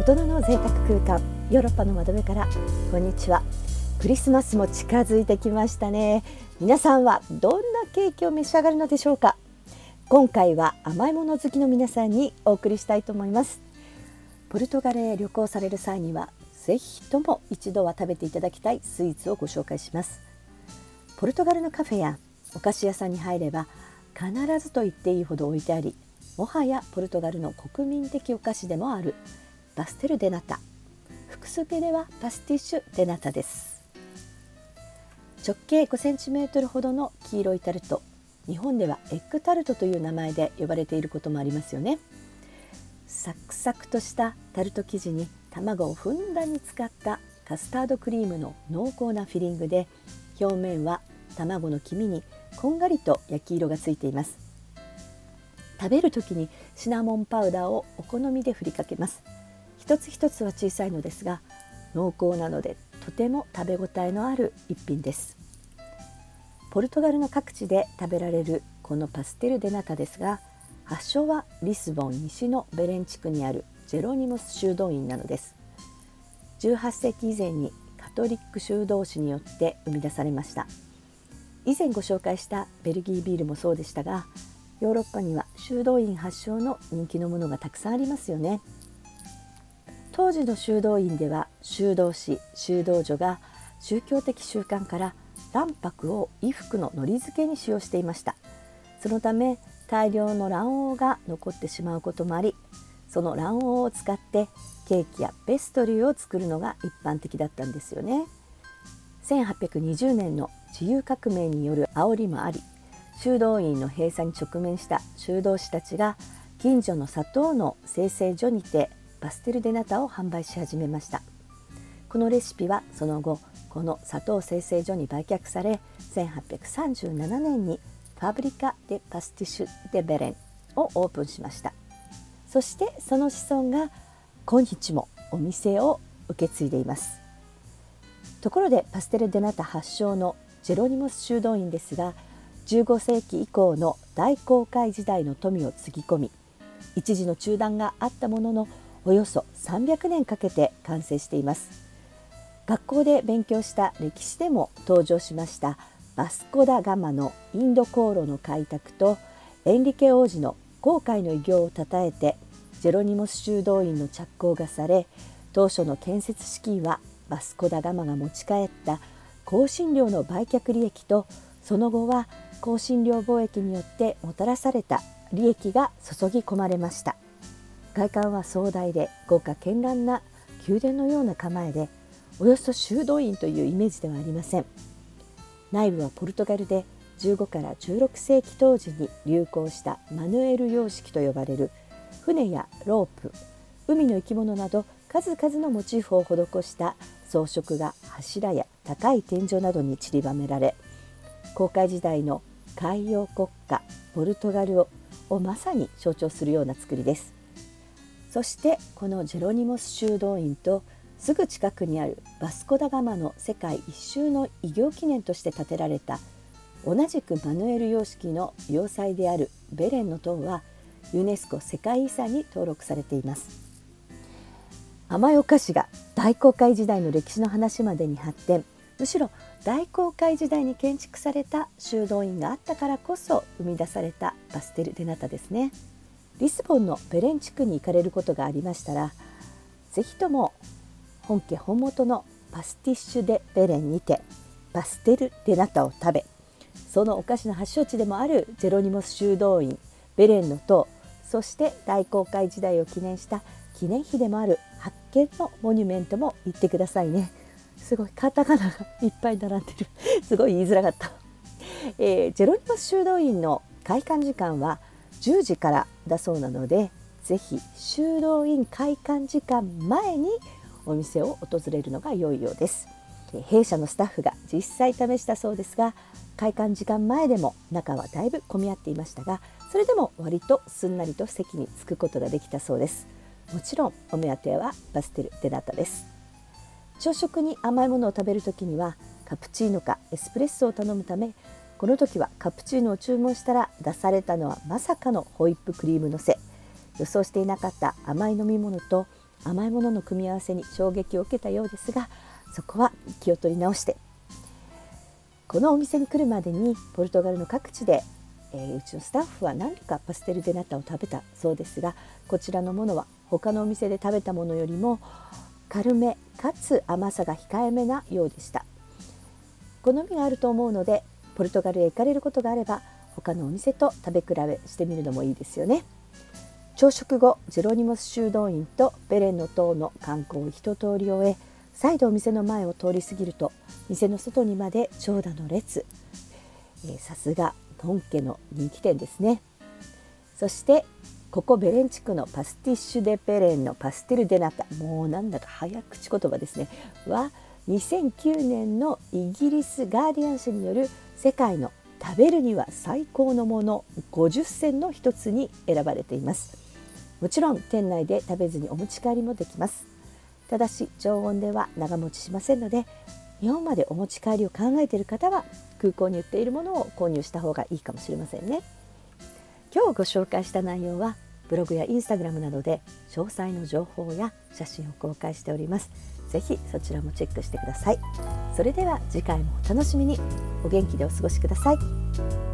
大人の贅沢空間、ヨーロッパの窓辺から。こんにちは。クリスマスも近づいてきましたね。皆さんはどんなケーキを召し上がるのでしょうか。今回は甘いもの好きの皆さんにお送りしたいと思います。ポルトガルへ旅行される際にはぜひとも一度は食べていただきたいスイーツをご紹介します。ポルトガルのカフェやお菓子屋さんに入れば必ずと言っていいほど置いてあり、もはやポルトガルの国民的お菓子でもあるパステルデナタ、複数形ではパスティッシュデナタです。直径5cmほどの黄色いタルト、日本ではエッグタルトという名前で呼ばれていることもありますよね。サクサクとしたタルト生地に卵をふんだんに使ったカスタードクリームの濃厚なフィリングで、表面は卵の黄身にこんがりと焼き色がついています。食べるときにシナモンパウダーをお好みで振りかけます。一つ一つは小さいのですが濃厚なのでとても食べ応えのある一品です。ポルトガルの各地で食べられるこのパステルデナタですが、発祥はリスボン西のベレン地区にあるジェロニモス修道院なのです。18世紀以前にカトリック修道士によって生み出されました。以前ご紹介したベルギービールもそうでしたが、ヨーロッパには修道院発祥の人気のものがたくさんありますよね。当時の修道院では修道士、修道女が宗教的習慣から卵白を衣服の糊付けに使用していました。そのため大量の卵黄が残ってしまうこともあり、その卵黄を使ってケーキやペストリーを作るのが一般的だったんですよね。1820年の自由革命による煽りもあり、修道院の閉鎖に直面した修道士たちが近所の砂糖の精製所にてパステルデナタを販売し始めました。このレシピはその後この砂糖精製所に売却され、1837年にファブリカ・デ・パスティッシュ・デ・ベレンをオープンしました。そしてその子孫が今日もお店を受け継いでいます。ところでパステルデナタ発祥のジェロニモス修道院ですが、15世紀以降の大航海時代の富をつぎ込み、一時の中断があったもののおよそ300年かけて完成しています。学校で勉強した歴史でも登場しましたバスコ・ダ・ガマのインド航路の開拓とエンリケ王子の航海の偉業をたたえてジェロニモス修道院の着工がされ、当初の建設資金はバスコ・ダ・ガマが持ち帰った香辛料の売却利益と、その後は香辛料貿易によってもたらされた利益が注ぎ込まれました。外観は壮大で豪華絢爛な宮殿のような構えで、およそ修道院というイメージではありません。内部はポルトガルで15から16世紀当時に流行したマヌエル様式と呼ばれる船やロープ、海の生き物など数々のモチーフを施した装飾が柱や高い天井などに散りばめられ、航海時代の海洋国家ポルトガルをまさに象徴するような作りです。そしてこのジェロニモス修道院とすぐ近くにあるバスコ・ダ・ガマの世界一周の偉業記念として建てられた同じくマヌエル様式の要塞であるベレンの塔はユネスコ世界遺産に登録されています。甘いお菓子が大航海時代の歴史の話までに発展、むしろ大航海時代に建築された修道院があったからこそ生み出されたパステルデナタですね。リスボンのベレン地区に行かれることがありましたら、ぜひとも本家本元のパスティッシュ・デ・ベレンにてパステルデナタを食べ、そのお菓子の発祥地でもあるジェロニモス修道院、ベレンの塔、そして大航海時代を記念した記念碑でもある発見のモニュメントも行ってくださいね。すごいカタカナがいっぱい並んでるすごい言いづらかった。ジェロニモス修道院の開館時間は10時からだそうなので、ぜひ修道院開館時間前にお店を訪れるのが良いようです。弊社のスタッフが実際試したそうですが、開館時間前でも中はだいぶ混み合っていましたが、それでも割とすんなりと席に着くことができたそうです。もちろんお目当てはパステルデナタです。朝食に甘いものを食べるときにはカプチーノかエスプレッソを頼むため、この時はカプチーノを注文したら出されたのはまさかのホイップクリームのせ。予想していなかった甘い飲み物と甘いものの組み合わせに衝撃を受けたようですが、そこは気を取り直して、このお店に来るまでにポルトガルの各地で、うちのスタッフは何度かパステルデナタを食べたそうですが、こちらのものは他のお店で食べたものよりも軽めかつ甘さが控えめなようでした。好みがあると思うので、ポルトガルへ行かれることがあれば他のお店と食べ比べしてみるのもいいですよね。朝食後、ジェロニモス修道院とベレンの塔の観光を一通り終え、再度お店の前を通り過ぎると、店の外にまで長蛇の列。さすが本家の人気店ですね。そしてここベレン地区のパスティッシュ・デ・ベレンのパステル・デ・ナタ、もうなんだか早口言葉ですね、は2009年のイギリスガーディアン紙による世界の食べるには最高のもの50選の一つに選ばれています。もちろん店内で食べずにお持ち帰りもできます。ただし常温では長持ちしませんので、日本までお持ち帰りを考えている方は空港に売っているものを購入した方がいいかもしれませんね。今日ご紹介した内容はブログやインスタグラムなどで詳細の情報や写真を公開しております。ぜひそちらもチェックしてください。それでは次回もお楽しみに。お元気でお過ごしください。